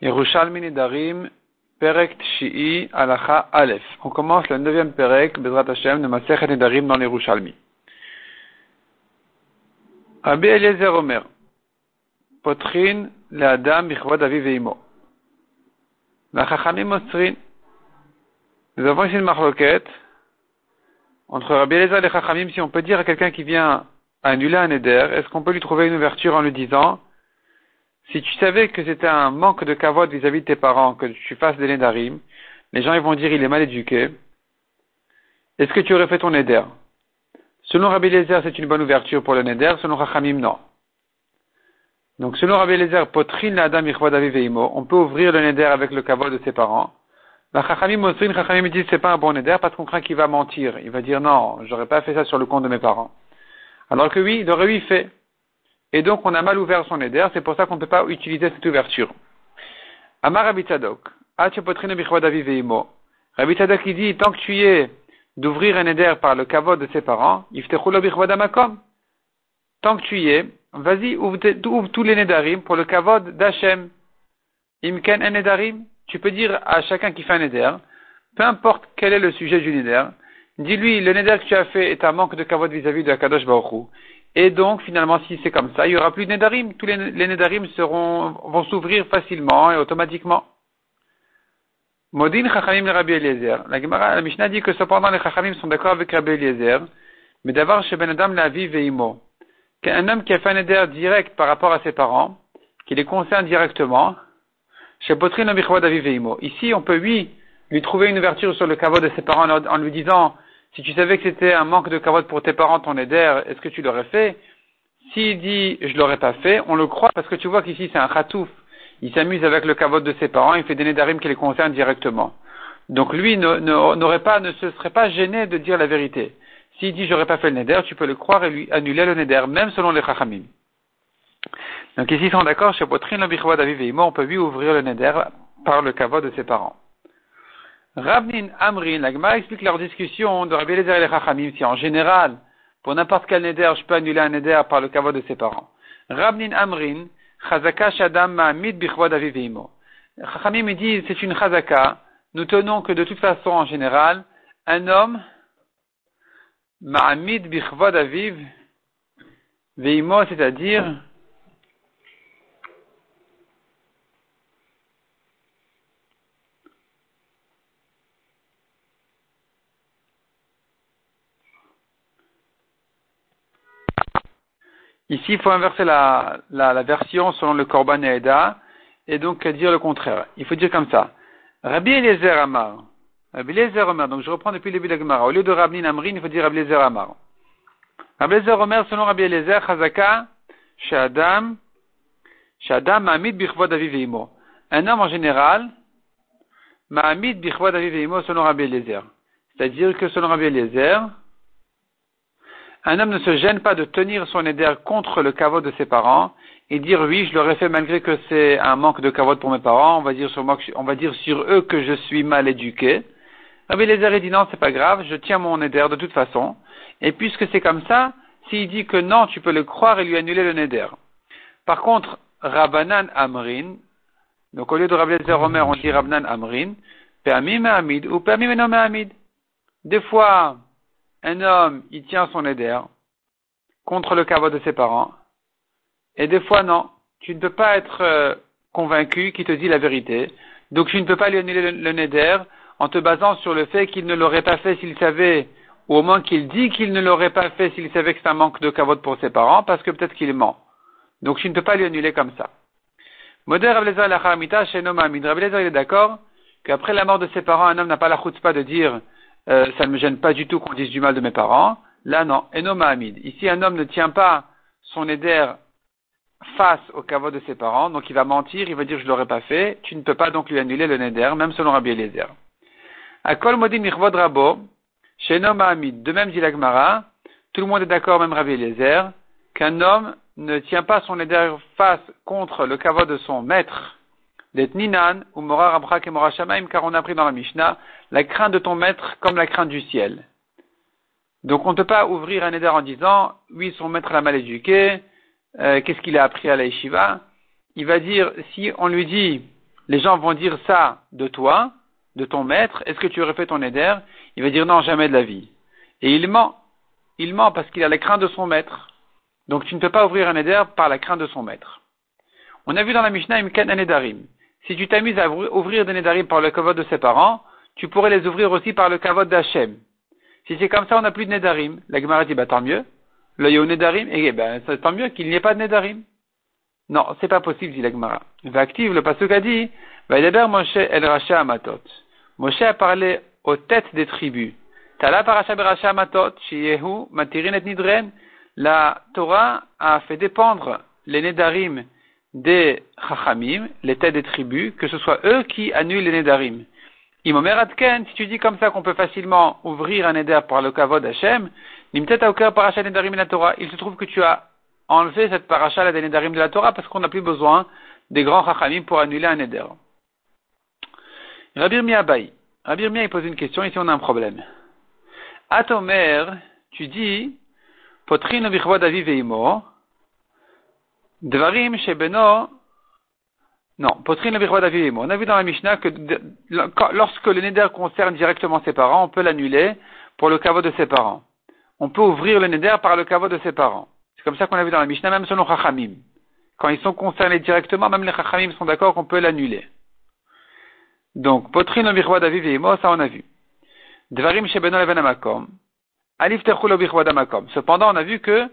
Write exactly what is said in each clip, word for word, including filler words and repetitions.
Yerushalmi Nedarim, Perek Tshii, Halacha Aleph. On commence le neuvième Perek, Bezrat Hashem, de Masechet Nedarim dans l'Yerushalmi. Rabbi Eliezer Omer, Potrin le'adam bichvod aviv ve'imo. L'achachamim mosrin. Nous avons ici une marloquette entre Rabbi Eliezer et les Chachamim, si on peut dire à quelqu'un qui vient annuler un éder, est-ce qu'on peut lui trouver une ouverture en lui disant, si tu savais que c'était un manque de kavod vis-à-vis de tes parents, que tu fasses des nédarim, les gens ils vont dire il est mal éduqué, est-ce que tu aurais fait ton néder? Selon Rabbi Eliezer, c'est une bonne ouverture pour le néder, selon Chachamim, non. Donc selon Rabbi Eliezer, potrin l'adam ichvod aviv ve'imo, on peut ouvrir le néder avec le kavod de ses parents. La Chachamim mosrin, Chachamim dit c'est pas un bon néder parce qu'on craint qu'il va mentir. Il va dire non, j'aurais pas fait ça sur le compte de mes parents. Alors que oui, il aurait oui fait. Et donc, on a mal ouvert son éder, c'est pour ça qu'on ne peut pas utiliser cette ouverture. Amar Rabbi Tzadok, Achepotrine bichvod aviv ve'imo. Rabbi Tzadok, il dit, tant que tu y es d'ouvrir un éder par le kavod de ses parents, yiftechu lo bichvod hamakom. Tant que tu y es, vas-y, ouvre, ouvre tous les nédarim pour le kavod d'Hachem. Imken en nédarim. Tu peux dire à chacun qui fait un néder, peu importe quel est le sujet du néder, dis-lui, le néder que tu as fait est un manque de kavod vis-à-vis de Akadosh Baruch Hu. Et donc, finalement, si c'est comme ça, il n'y aura plus de nédarim. Tous les, les nédarim seront, vont s'ouvrir facilement et automatiquement. Modin Chachamim le Rabbi Eliezer. La Gemara, la Mishnah dit que cependant les Chachamim sont d'accord avec Rabbi Eliezer, mais d'avoir chez Ben Adam la vie veimo. Qu'un homme qui a fait un néder direct par rapport à ses parents, qui les concerne directement, chez Potrin le Bichvod aviv veimo. Ici, on peut, oui, lui trouver une ouverture sur le kavod de ses parents en lui disant, si tu savais que c'était un manque de kavod pour tes parents, ton éder, est-ce que tu l'aurais fait? S'il dit, je l'aurais pas fait, on le croit parce que tu vois qu'ici c'est un chatouf. Il s'amuse avec le kavod de ses parents, il fait des nédarim qui les concernent directement. Donc lui ne, ne, n'aurait pas, ne se serait pas gêné de dire la vérité. S'il dit, j'aurais pas fait le néder, tu peux le croire et lui annuler le néder, même selon les chachamim. Donc ici ils sont d'accord, chez Potrin le bichvod aviv ve'imo, on peut lui ouvrir le néder par le kavod de ses parents. Rabnin Amrin, la Gemara explique leur discussion de Rabbi Eliezer et les Chachamim, si en général, pour n'importe quel néder, je peux annuler un néder par le kavod de ses parents. Rabnin Amrin, Chazaka Shadam Ma'amid Bichvod Aviv Ve'imo. Chachamim me dit, c'est une Chazaka, nous tenons que de toute façon, en général, un homme, Ma'amid Bichvod Aviv Ve'imo, c'est-à-dire, ici, il faut inverser la, la, la version selon le Korban Eda, et donc dire le contraire. Il faut dire comme ça. Rabbi Eliezer Amar. Rabbi Eliezer Amar. Donc je reprends depuis le début de la Gemara. Au lieu de Rabbi Amrin, il faut dire Rabbi Eliezer Amar. Rabbi Eliezer Omer, selon Rabbi Eliezer, Chazaka, Shadam, Shadam Ma'amid Bichvod Aviv ve'imo. Un homme en général, Ma'amid Bichvod Aviv ve'imo selon Rabbi Eliezer. C'est-à-dire que selon Rabbi Eliezer, un homme ne se gêne pas de tenir son éder contre le kavod de ses parents et dire oui, je l'aurais fait malgré que c'est un manque de kavod pour mes parents, on va dire sur moi, on va dire sur eux que je suis mal éduqué. Rabbi Eliezer dit non, c'est pas grave, je tiens mon éder de toute façon. Et puisque c'est comme ça, s'il dit que non, tu peux le croire et lui annuler le néder. Par contre, Rabbanan Amrin, donc au lieu de Rabbi Eliezer Omer, on dit Rabbanan Amrin, Pe'amim Ma'amid ou Pe'amim Eno Ma'amid. Des fois, un homme, il tient son éder contre le kavod de ses parents, et des fois non, tu ne peux pas être euh, convaincu qu'il te dit la vérité, donc tu ne peux pas lui annuler le, le néder en te basant sur le fait qu'il ne l'aurait pas fait s'il savait, ou au moins qu'il dit qu'il ne l'aurait pas fait s'il savait que c'est un manque de kavod pour ses parents, parce que peut-être qu'il ment. Donc tu ne peux pas lui annuler comme ça. Moder Rabbi Eliezer l'Achamita chez Nomamid. Rabbi Eliezer il est d'accord qu'après la mort de ses parents, un homme n'a pas la chutzpah de dire Euh, ça ne me gêne pas du tout qu'on dise du mal de mes parents. Là, non. Eno Ma'amid. Ici, un homme ne tient pas son éder face au kavod de ses parents, donc il va mentir, il va dire je l'aurais pas fait. Tu ne peux pas donc lui annuler le néder, même selon Rabbi Eliezer. Akol modin mirvod rabo, chez Eno Ma'amid. De même, dit la Gemara, tout le monde est d'accord, même Rabbi Eliezer, qu'un homme ne tient pas son éder face contre le kavod de son maître, d'Etninan, ou Mora Rabchak et Mora Shamaim, car on a appris dans la Mishnah, la crainte de ton maître comme la crainte du ciel. Donc on ne peut pas ouvrir un éder en disant, oui, son maître l'a mal éduqué, euh, qu'est-ce qu'il a appris à la yeshiva? Il va dire, si on lui dit, les gens vont dire ça de toi, de ton maître, est-ce que tu aurais fait ton neder? Il va dire non, jamais de la vie. Et il ment. Il ment parce qu'il a la crainte de son maître. Donc tu ne peux pas ouvrir un neder par la crainte de son maître. On a vu dans la Mishnah Imken Nedarim. Si tu t'amuses à ouvrir des nedarim par le kavod de ses parents, tu pourrais les ouvrir aussi par le kavod d'Hachem. Si c'est comme ça, on n'a plus de nedarim. La Gemara dit, bah tant mieux. Le yo nedarim, et ben tant mieux qu'il n'y ait pas de nedarim. Non, c'est pas possible, dit la Gemara. Active, le pasuk a dit, Vaïdaber Moshe el Racha Amatot. Moshe a parlé aux têtes des tribus. Tala paracha beracha Amatot, Sheyehu, Matirin et Nidren. La Torah a fait dépendre les nedarim des chachamim, les têtes des tribus, que ce soit eux qui annulent les nedarim. Imomer Adken, si tu dis comme ça qu'on peut facilement ouvrir un neder par le kavod Hashem, nimtet aucun paracha nedarim de la Torah, il se trouve que tu as enlevé cette paracha des nedarim de la Torah parce qu'on n'a plus besoin des grands chachamim pour annuler un neder. Rabbi Yirmiyah Abaye. Rabbi Yirmiyah, il pose une question, ici on a un problème. Atomer, tu dis, potrin bichvod aviv veimo, Dvarim shebeno, non, potrin le bichvod aviv veimo. On a vu dans la Mishnah que de, lorsque le neder concerne directement ses parents, on peut l'annuler pour le kavod de ses parents. On peut ouvrir le neder par le kavod de ses parents. C'est comme ça qu'on a vu dans la Mishnah, même selon Chachamim. Quand ils sont concernés directement, même les Chachamim sont d'accord qu'on peut l'annuler. Donc, potrin le bichvod aviv veimo, ça on a vu. Dvarim shebeno leven hamakom, alif techul le bichvod hamakom. Cependant, on a vu que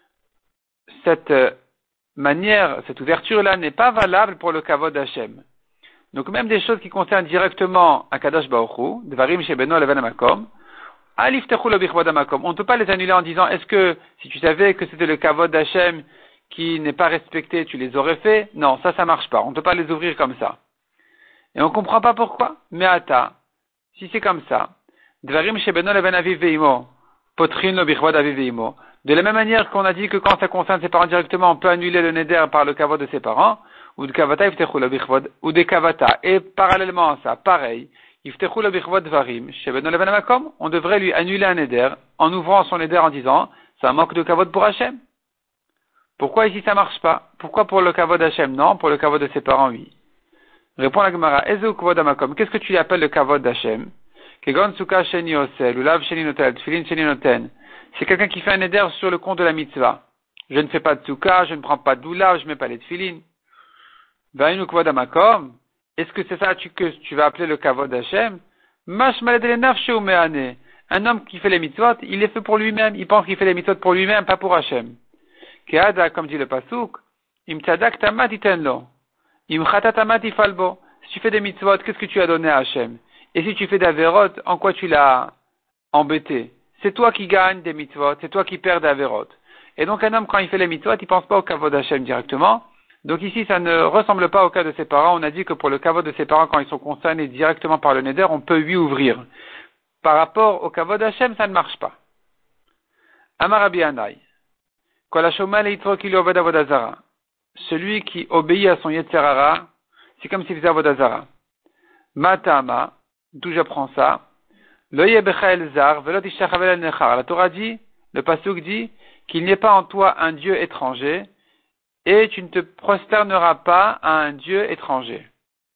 cette manière, cette ouverture-là n'est pas valable pour le kavod d'Hachem. Donc même des choses qui concernent directement Akadosh Baruch Hu, Dvarim shebeno leven hamakom, alif techul le bichvod hamakom. On ne peut pas les annuler en disant, est-ce que si tu savais que c'était le kavod d'Hachem qui n'est pas respecté, tu les aurais fait? Non, ça, ça marche pas. On ne peut pas les ouvrir comme ça. Et on comprend pas pourquoi. Mais ata, si c'est comme ça, Dvarim shebeno leven aviv veimo, potrin le bichvod aviv veimo. De la même manière qu'on a dit que quand ça concerne ses parents directement, on peut annuler le neder par le kavod de ses parents, ou de kavata iftechul le bichvod, ou des kavata. Et parallèlement à ça, pareil, iftechul le bichvod dvarim, shebeno leven hamakom, on devrait lui annuler un neder en ouvrant son neder en disant, c'est un manque de kavod pour Hachem. Pourquoi ici ça marche pas? Pourquoi pour le kavod Hachem non, pour le kavod de ses parents oui? Répond la Gemara, Ezeu kavod hamakom, qu'est-ce que tu appelles le kavod d'Hachem? Kegon suka sheni osel, ulav sheni notel, tfilin sheni noten. C'est quelqu'un qui fait un neder sur le compte de la mitzvah. Je ne fais pas de tsouka, je ne prends pas de doula, je ne mets pas les tfilin. Va'inu kavod hamakom. Est-ce que c'est ça que tu vas appeler le kavod d'Hachem? Mash maled le nafshe ou me'ane. Un homme qui fait les mitzvot, il les fait pour lui-même. Il pense qu'il fait les mitzvot pour lui-même, pas pour Hachem. Keada, comme dit le pasuk, im tzadak tamat itenlo. Im chata tamat ifalbo. Si tu fais des mitzvot, qu'est-ce que tu as donné à Hachem? Et si tu fais d'averot, en quoi tu l'as embêté? C'est toi qui gagnes des mitzvot, c'est toi qui perds des averot. Et donc un homme, quand il fait les mitzvot, il pense pas au kavod d'Hachem directement. Donc ici, ça ne ressemble pas au cas de ses parents. On a dit que pour le kavod de ses parents, quand ils sont concernés directement par le neder, on peut lui ouvrir. Par rapport au kavod d'Hachem, ça ne marche pas. Amar Rabbi Hanai. Kol hashomah leitro ki lo oved avodah zara. Celui qui obéit à son yetzer hara, c'est comme s'il faisait avodah zara. Matama, d'où j'apprends ça? La Torah dit, le pasuk dit, qu'il n'y ait pas en toi un Dieu étranger, et tu ne te prosterneras pas à un Dieu étranger.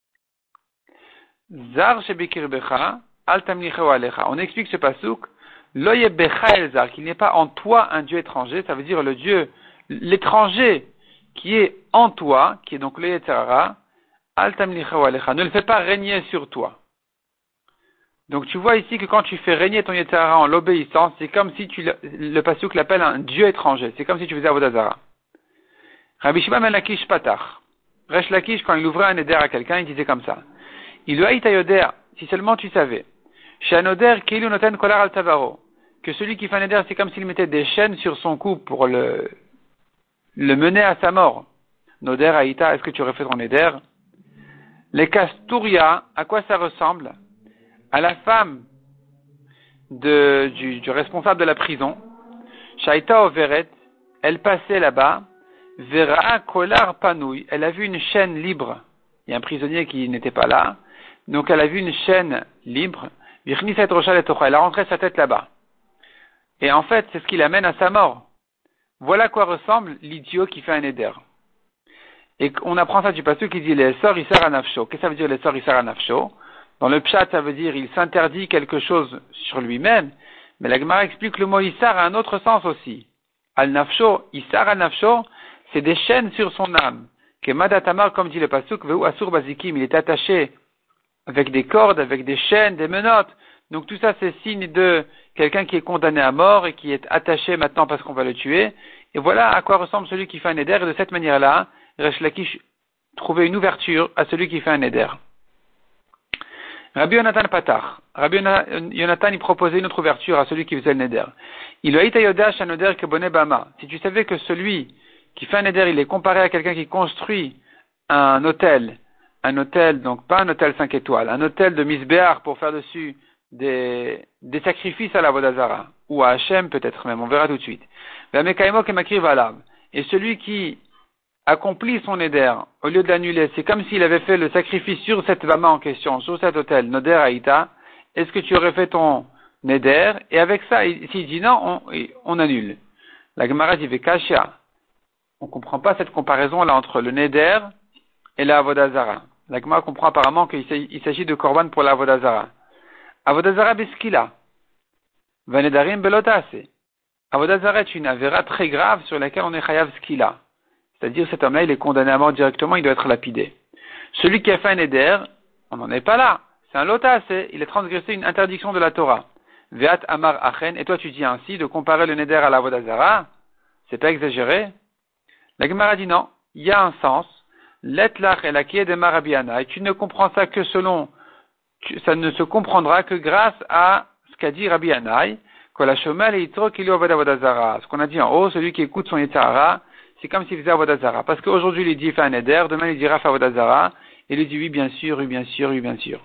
Zar shebekirbecha, al tamlicheu alecha. On explique ce pasuk, lo yebecha el zar, qu'il n'y ait pas en toi un Dieu étranger, ça veut dire le Dieu, l'étranger qui est en toi, qui est donc le yetzer hara, al tamlicheu alecha. Ne le fais pas régner sur toi. Donc tu vois ici que quand tu fais régner ton yetzer hara en l'obéissance, c'est comme si tu le, le pasuk l'appelle un Dieu étranger. C'est comme si tu faisais avodah zara. Rabbi Shimon ben Lakish patach. Resh Lakish, quand il ouvrait un éder à quelqu'un, il disait comme ça. Il lui a dit yoder, si seulement tu savais. Shanoder kilu noten kolar al tavaro. Que celui qui fait un éder, c'est comme s'il mettait des chaînes sur son cou pour le, le mener à sa mort. Noder aïta, est-ce que tu aurais fait ton éder? Les kasturia, à quoi ça ressemble? À la femme de, du, du responsable de la prison, Shaita Overet, elle passait là-bas, Vera Kolar Panouille, elle a vu une chaîne libre. Il y a un prisonnier qui n'était pas là, donc elle a vu une chaîne libre, elle a rentré sa tête là-bas. Et en fait, c'est ce qui l'amène à sa mort. Voilà à quoi ressemble l'idiot qui fait un éder. Et on apprend ça du pasuk qui dit les sor isar anafsho. Qu'est-ce que ça veut dire les sor isar anafsho? Dans le pshat, ça veut dire il s'interdit quelque chose sur lui-même. Mais la Gemara explique que le mot isar a un autre sens aussi. Al nafsho, isar al nafsho, c'est des chaînes sur son âme. Que madatamar, comme dit le pasuk, veu asur bazikim, il est attaché avec des cordes, avec des chaînes, des menottes. Donc tout ça, c'est signe de quelqu'un qui est condamné à mort et qui est attaché maintenant parce qu'on va le tuer. Et voilà à quoi ressemble celui qui fait un éder. Et de cette manière-là, Resh Lakish trouvait une ouverture à celui qui fait un éder. Rabbi Yonatan Patar. Rabbi Yonatan, il proposait une autre ouverture à celui qui faisait le neder. Il a été yodash un neder que bonnet bama. Si tu savais que celui qui fait un neder, il est comparé à quelqu'un qui construit un hôtel, un hôtel, donc pas un hôtel cinq étoiles, un hôtel de misbéar pour faire dessus des, des sacrifices à la Vodazara, ou à Hachem peut-être même, on verra tout de suite. Et celui qui accomplit son neder, au lieu de l'annuler, c'est comme s'il avait fait le sacrifice sur cette vama en question, sur cet hôtel, Noder Haïta, est-ce que tu aurais fait ton neder, et avec ça, s'il dit non, on, on annule. La Gemara dit Vekashia. On ne comprend pas cette comparaison-là entre le neder et la Avodazara. La Gemara comprend apparemment qu'il s'agit de korban pour la Avodazara. Avodazara beskila. Vanedarim belotase. Avodazara est une avéra très grave sur laquelle on est chayav skila. C'est-à-dire, cet homme-là, il est condamné à mort directement, il doit être lapidé. Celui qui a fait un éder, on n'en est pas là. C'est un lotas, il a transgressé une interdiction de la Torah. Veat amar achen, et toi tu dis ainsi, de comparer le neder à la Vodazara, c'est pas exagéré? La Gemara dit non, il y a un sens. L'etlach et la kiedema Rabbi Yannai, et tu ne comprends ça que selon, tu, ça ne se comprendra que grâce à ce qu'a dit Rabbi Yannai, que la shomel et yitro kilo vodazara. Ce qu'on a dit en haut, celui qui écoute son yitzhara, c'est comme s'il faisait Avodazara. Parce qu'aujourd'hui, il dit fait un éder, demain, il dira fait Avodazara, et il dit oui, bien sûr, oui, bien sûr, oui, bien sûr.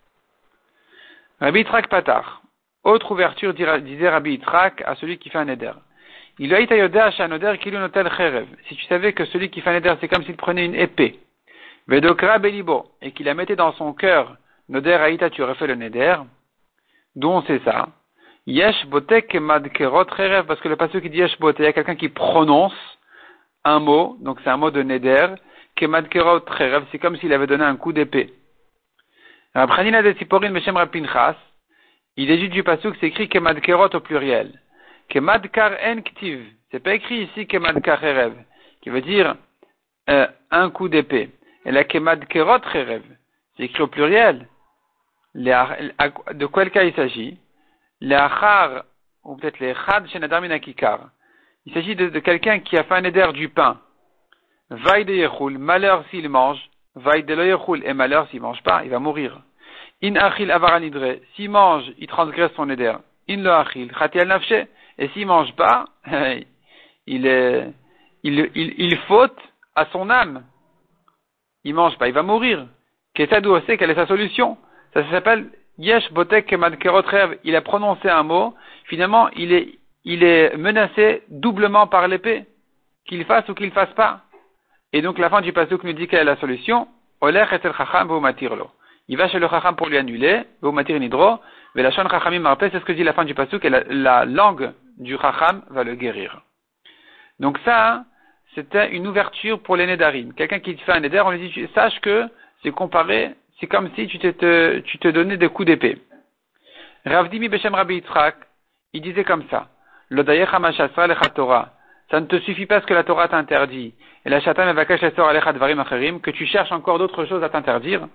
Rabbi Yitzhak Patar. Autre ouverture, disait Rabbi Yitzhak à celui qui fait un éder. Il a été yodash un éder qui lui notel cherev. Si tu savais que celui qui fait un éder, c'est comme s'il prenait une épée. Vedokra belibo. Et qu'il la mettait dans son cœur. Noder haïta, tu aurais fait le néder. D'où on sait ça? Yesh botek madkerot cherev. Parce que le passage qui dit yesh botek, il y a quelqu'un qui prononce un mot, donc c'est un mot de neder, kemadkerot cherev, c'est comme s'il avait donné un coup d'épée. Rabchanina de Tziporin Beshem Rapinchas, il est juste du pasuk, c'est écrit kemadkerot au pluriel. Kemadkar en ktiv, c'est pas écrit ici kemadkar cherev, qui veut dire euh, un coup d'épée. Et la kemadkerot cherev, c'est écrit au pluriel. Les, de quel cas il s'agit? Les achar, ou peut-être les chad shenadar minakikar. Il s'agit de, de quelqu'un qui a fait un éder du pain. Vaï de yechul, malheur s'il mange. Vaï de lo yechul, et malheur s'il mange pas, il va mourir. In achil avaranidre, s'il mange, il transgresse son éder. In lo achil, chati al nafshe, et s'il mange pas, il est, il, il, il faute à son âme. Il mange pas, il va mourir. Ketadou sait quelle est sa solution? Ça s'appelle yesh botek kemad kerot rev. Il a prononcé un mot, finalement, il est, il est menacé doublement par l'épée, qu'il fasse ou qu'il fasse pas. Et donc la fin du pasuk nous dit quelle est la solution. Olech etel chacham v'umatirlo. Il va chez le chacham pour lui annuler, v'umatir nidro, v'lachon chachamim marpeh, c'est ce que dit la fin du pasuk, et la, la langue du chacham va le guérir. Donc ça, c'était une ouverture pour les nedarim. Quelqu'un qui te fait un neder, on lui dit, sache que c'est comparé, c'est comme si tu te, tu te donnais des coups d'épée. Ravdimi Beshem Rabbi Yitzhak, il disait comme ça. L'odayecha mashasra lecha Torah. Ça ne te suffit pas ce que la Torah t'interdit. Et la shatan evakash lesor alecha dvarim acherim, que tu cherches encore d'autres choses à t'interdire.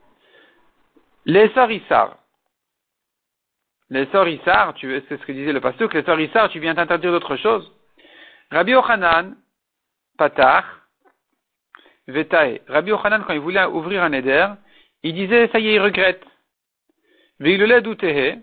Lesor isar. Lesor isar, tu c'est ce que disait le pasuk, lesor isar, tu viens t'interdire d'autres choses. Rabbi Yochanan, patar, vetae. Rabbi Yochanan, quand il voulait ouvrir un éder, il disait, ça y est, il regrette. Veilole doutehe.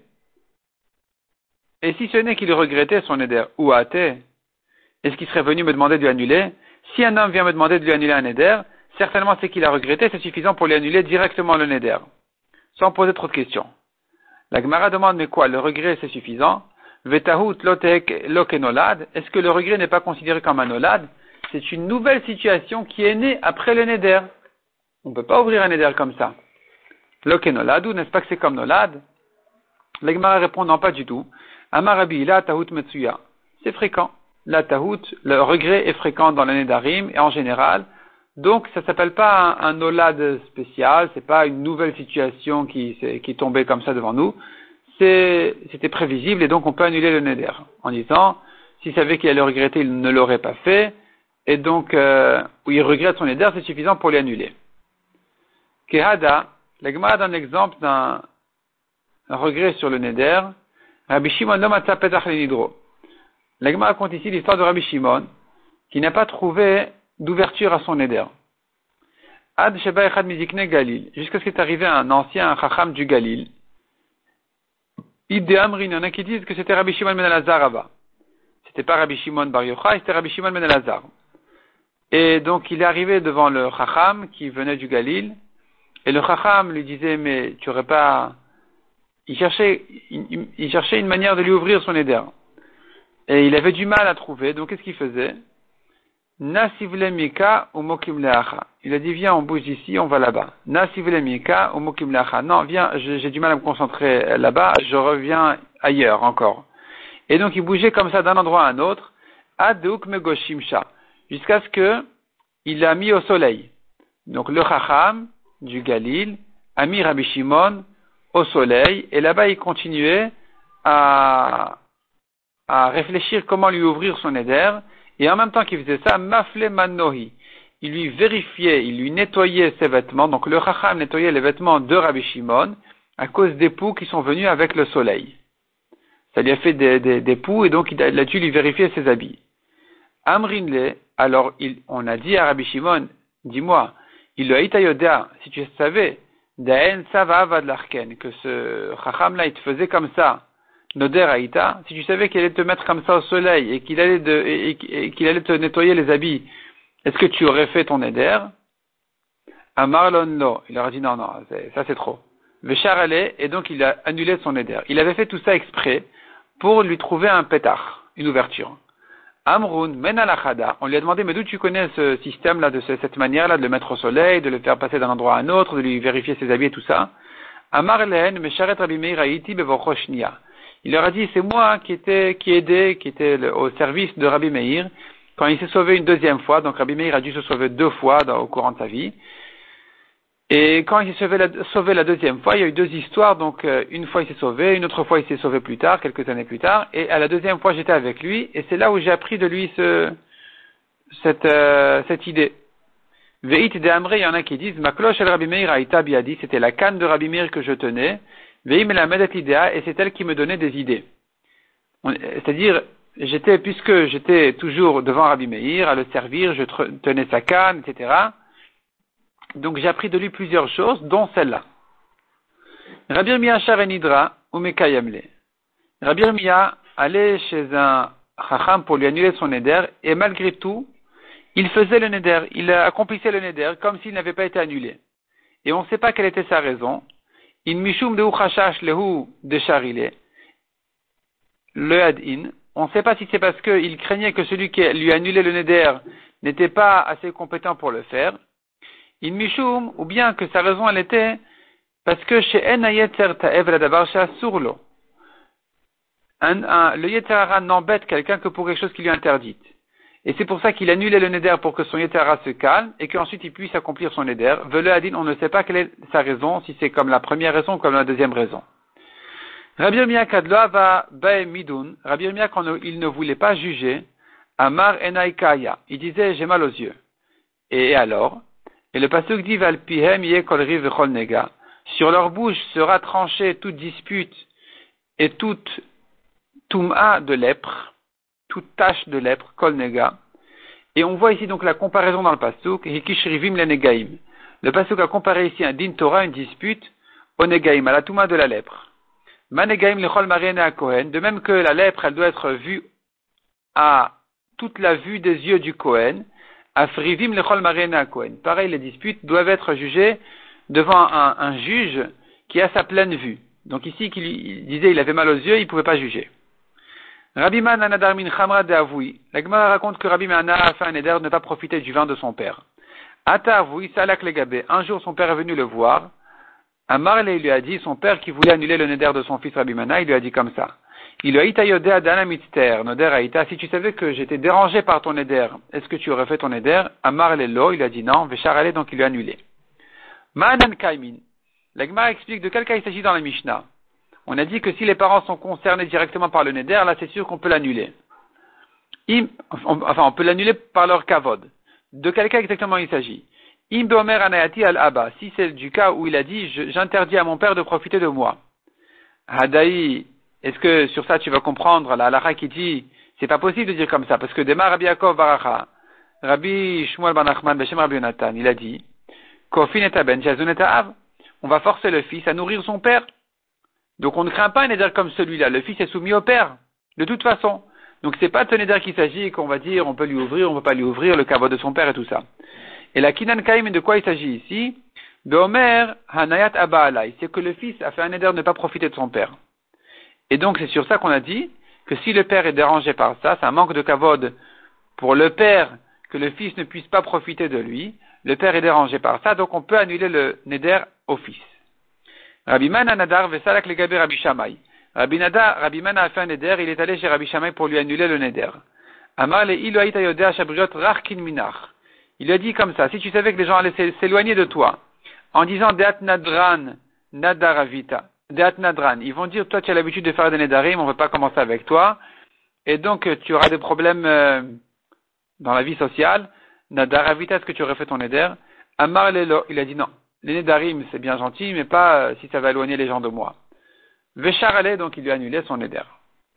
Et si ce n'est qu'il regrettait son éder, ou athée, est-ce qu'il serait venu me demander de lui annuler? Si un homme vient me demander de lui annuler un éder, certainement c'est qu'il a regretté, c'est suffisant pour lui annuler directement le néder, sans poser trop de questions. La Gemara demande, mais quoi, le regret c'est suffisant? Vetahut lotek lokenolad, est-ce que le regret n'est pas considéré comme un olad? C'est une nouvelle situation qui est née après le néder. On ne peut pas ouvrir un néder comme ça. Lokenoladu, n'est-ce pas que c'est comme nolad? La Gemara répond, non, pas du tout. Amarabi, la tahut metsuya. C'est fréquent. La tahout, le regret est fréquent dans le nédarim, et en général, Donc, ça s'appelle pas un, un olad spécial, c'est pas une nouvelle situation qui, qui est tombée comme ça devant nous. C'est, c'était prévisible et donc on peut annuler le neder en disant, s'il savait qu'il allait regretter, il ne l'aurait pas fait. Et donc, euh, où il regrette son neder, c'est suffisant pour l'annuler. Kehada, la Gemara donne l'exemple d'un regret sur le neder. Rabbi Shimon lo matza petach lenidro. La Gemara raconte ici l'histoire de Rabbi Shimon, qui n'a pas trouvé d'ouverture à son neder. Ad sheba echad mizikne Galil, jusqu'à ce qu'il est arrivé un ancien chacham du Galil. Id Amrin, il y en a qui disent que c'était Rabbi Shimon ben Elazar là-bas. C'était pas Rabbi Shimon bar Yochai, c'était Rabbi Shimon ben Elazar. Et donc il est arrivé devant le chacham qui venait du Galil, et le chacham lui disait, mais tu aurais pas... Il cherchait, il, il cherchait une manière de lui ouvrir son éder. Et il avait du mal à trouver, donc qu'est-ce qu'il faisait? Nasivle mika ou mokim leacha. Il a dit, viens, on bouge d'ici, on va là-bas. Nasivle mika ou mokim leacha. Non, viens, j'ai, j'ai du mal à me concentrer là-bas, je reviens ailleurs encore. Et donc il bougeait comme ça d'un endroit à un autre, aduk megoshimsha, jusqu'à ce que il l'a mis au soleil. Donc le chacham du Galil a mis Rabbi Shimon au soleil, et là-bas il continuait à, à réfléchir comment lui ouvrir son éder, et en même temps qu'il faisait ça, mafle manohi, il lui vérifiait, il lui nettoyait ses vêtements, donc le chacham nettoyait les vêtements de Rabbi Shimon à cause des poux qui sont venus avec le soleil. Ça lui a fait des, des, des poux, et donc il a, il a dû lui vérifier ses habits. Amrinle, alors il, on a dit à Rabbi Shimon, dis-moi, il le haïta yoda, si tu savais, Daen Sava Vadlarken, que ce Chacham là il te faisait comme ça, Noder Haïta, si tu savais qu'il allait te mettre comme ça au soleil et qu'il allait, de, et, et, et qu'il allait te nettoyer les habits, est-ce que tu aurais fait ton éder? Amarlon lo, il leur a dit non, non, c'est, ça c'est trop. Veshar allait, et donc il a annulé son éder. Il avait fait tout ça exprès pour lui trouver un pétard, une ouverture. Amrun, menalachada, on lui a demandé, mais d'où tu connais ce système-là, de ce, cette manière-là, de le mettre au soleil, de le faire passer d'un endroit à un autre, de lui vérifier ses habits et tout ça. Amar lehen, mesharet Rabbi Meir haïti bevochoshnia. Il leur a dit, c'est moi qui étais, qui aidais, qui était le, au service de Rabbi Meir, quand il s'est sauvé une deuxième fois, donc Rabbi Meir a dû se sauver deux fois dans, au courant de sa vie. Et quand il s'est sauvé la, sauvé la deuxième fois, il y a eu deux histoires, donc euh, une fois il s'est sauvé, une autre fois il s'est sauvé plus tard, quelques années plus tard, et à la deuxième fois j'étais avec lui, et c'est là où j'ai appris de lui ce, cette, euh, cette idée. Veit de Amré, il y en a qui disent, ma cloche el Rabbi Meir haïta biadi, c'était la canne de Rabbi Meir que je tenais, Veim la medet idea, et c'est elle qui me donnait des idées. On, c'est-à-dire, j'étais, puisque j'étais toujours devant Rabbi Meir, à le servir, je tenais sa canne, et cetera, donc j'ai appris de lui plusieurs choses, dont celle-là. Rabbi Yirmiyah Sharenidra ou Mekayemle. Rabbi Yirmiyah allait chez un chacham pour lui annuler son neder, et malgré tout, il faisait le neder, il accomplissait le neder comme s'il n'avait pas été annulé. Et on ne sait pas quelle était sa raison. In mishum de uchashash lehu de sharile. Le hadin. On ne sait pas si c'est parce qu'il craignait que celui qui lui annulait le neder n'était pas assez compétent pour le faire. In mishum, ou bien que sa raison elle était parce que chez en yetzer ta'ev la davar surlo. Le yetzer hara n'embête quelqu'un que pour quelque chose qui lui est interdite. Et c'est pour ça qu'il annulait le neder pour que son yetzer hara se calme et qu'ensuite il puisse accomplir son neder. Vele adin, on ne sait pas quelle est sa raison, si c'est comme la première raison ou comme la deuxième raison. Rabbi Yirmiyah kadloa va bae midun. Rabbi Yirmiyah, quand il ne voulait pas juger, amar enai kaya. Il disait j'ai mal aux yeux. Et alors? Et le pasuk dit Valpihem ye kol riv vechol nega. Sur leur bouche sera tranchée toute dispute et toute toum'a de lèpre, toute tache de lèpre, kol nega. Et on voit ici donc la comparaison dans le pasuk hikish rivim le negaim. Le pasuk a comparé ici un din Torah, une dispute, au negaim, à la toum'a de la lèpre. Ma negaim lechol marene à Kohen. De même que la lèpre, elle doit être vue à toute la vue des yeux du Kohen. Afrivim lechol marena Kohen. Pareil, les disputes doivent être jugées devant un, un juge qui a sa pleine vue. Donc ici, qu'il disait il avait mal aux yeux, il ne pouvait pas juger. Rabbi Man anadar min chamra de avoui. La Gemara raconte que Rabbi Mana a fait un éder de ne pas profiter du vin de son père. Ata avoui salak legabé. Un jour, son père est venu le voir. Amarle, il lui a dit, son père qui voulait annuler le néder de son fils Rabbi Mana, il lui a dit comme ça. Il a ita yodé adana mitzter, noder aïta, si tu savais que j'étais dérangé par ton éder, est-ce que tu aurais fait ton éder? Amar lelo, il a dit non, vechar ale, donc il lui a annulé. Ma'anan kaimin. La Gemara explique de quel cas il s'agit dans la Mishnah. On a dit que si les parents sont concernés directement par le neder, là c'est sûr qu'on peut l'annuler. Im, enfin, on peut l'annuler par leur kavod. De quel cas exactement il s'agit? Im beomer anayati al abba. Si c'est du cas où il a dit, j'interdis à mon père de profiter de moi. Hadaï, est-ce que sur ça tu vas comprendre la halakha qui dit, c'est pas possible de dire comme ça, parce que Dema Rabbi Yaakov Baracha, Rabbi Shmuel Ben Nachman Beshem Rabbi Yonatan, il a dit, Kofin et aben, Jazun et av, on va forcer le fils à nourrir son père. Donc on ne craint pas un éder comme celui-là, le fils est soumis au père, de toute façon. Donc c'est pas de ce néder qu'il s'agit, qu'on va dire, on peut lui ouvrir, on ne peut pas lui ouvrir, le kavod de son père et tout ça. Et la kinan kaim, de quoi il s'agit ici? De Omer hanayat abba alai, c'est que le fils a fait un néder de ne pas profiter de son père. Et donc c'est sur ça qu'on a dit que si le père est dérangé par ça, c'est un manque de kavod pour le père que le fils ne puisse pas profiter de lui. Le père est dérangé par ça, donc on peut annuler le neder au fils. Rabbi Mana Nadar vesalak le gabi Rabbi Shammai. Rabbi Nadar, Rabbi Mana a fait un neder, il est allé chez Rabbi Shammai pour lui annuler le neder. Amar le ilu aïta yodea shabriot rachkin minach. Il lui a dit comme ça, si tu savais que les gens allaient s'éloigner de toi, en disant deat nadran nadaravita. Deat nadran, ils vont dire, toi tu as l'habitude de faire des nedarim, on ne veut pas commencer avec toi, et donc tu auras des problèmes euh, dans la vie sociale. Nadaravita, est-ce que tu aurais fait ton neder? Amar lelo, il a dit non. Les nedarim, c'est bien gentil, mais pas euh, si ça va éloigner les gens de moi. Vechar ale, donc il lui a annulé son neder.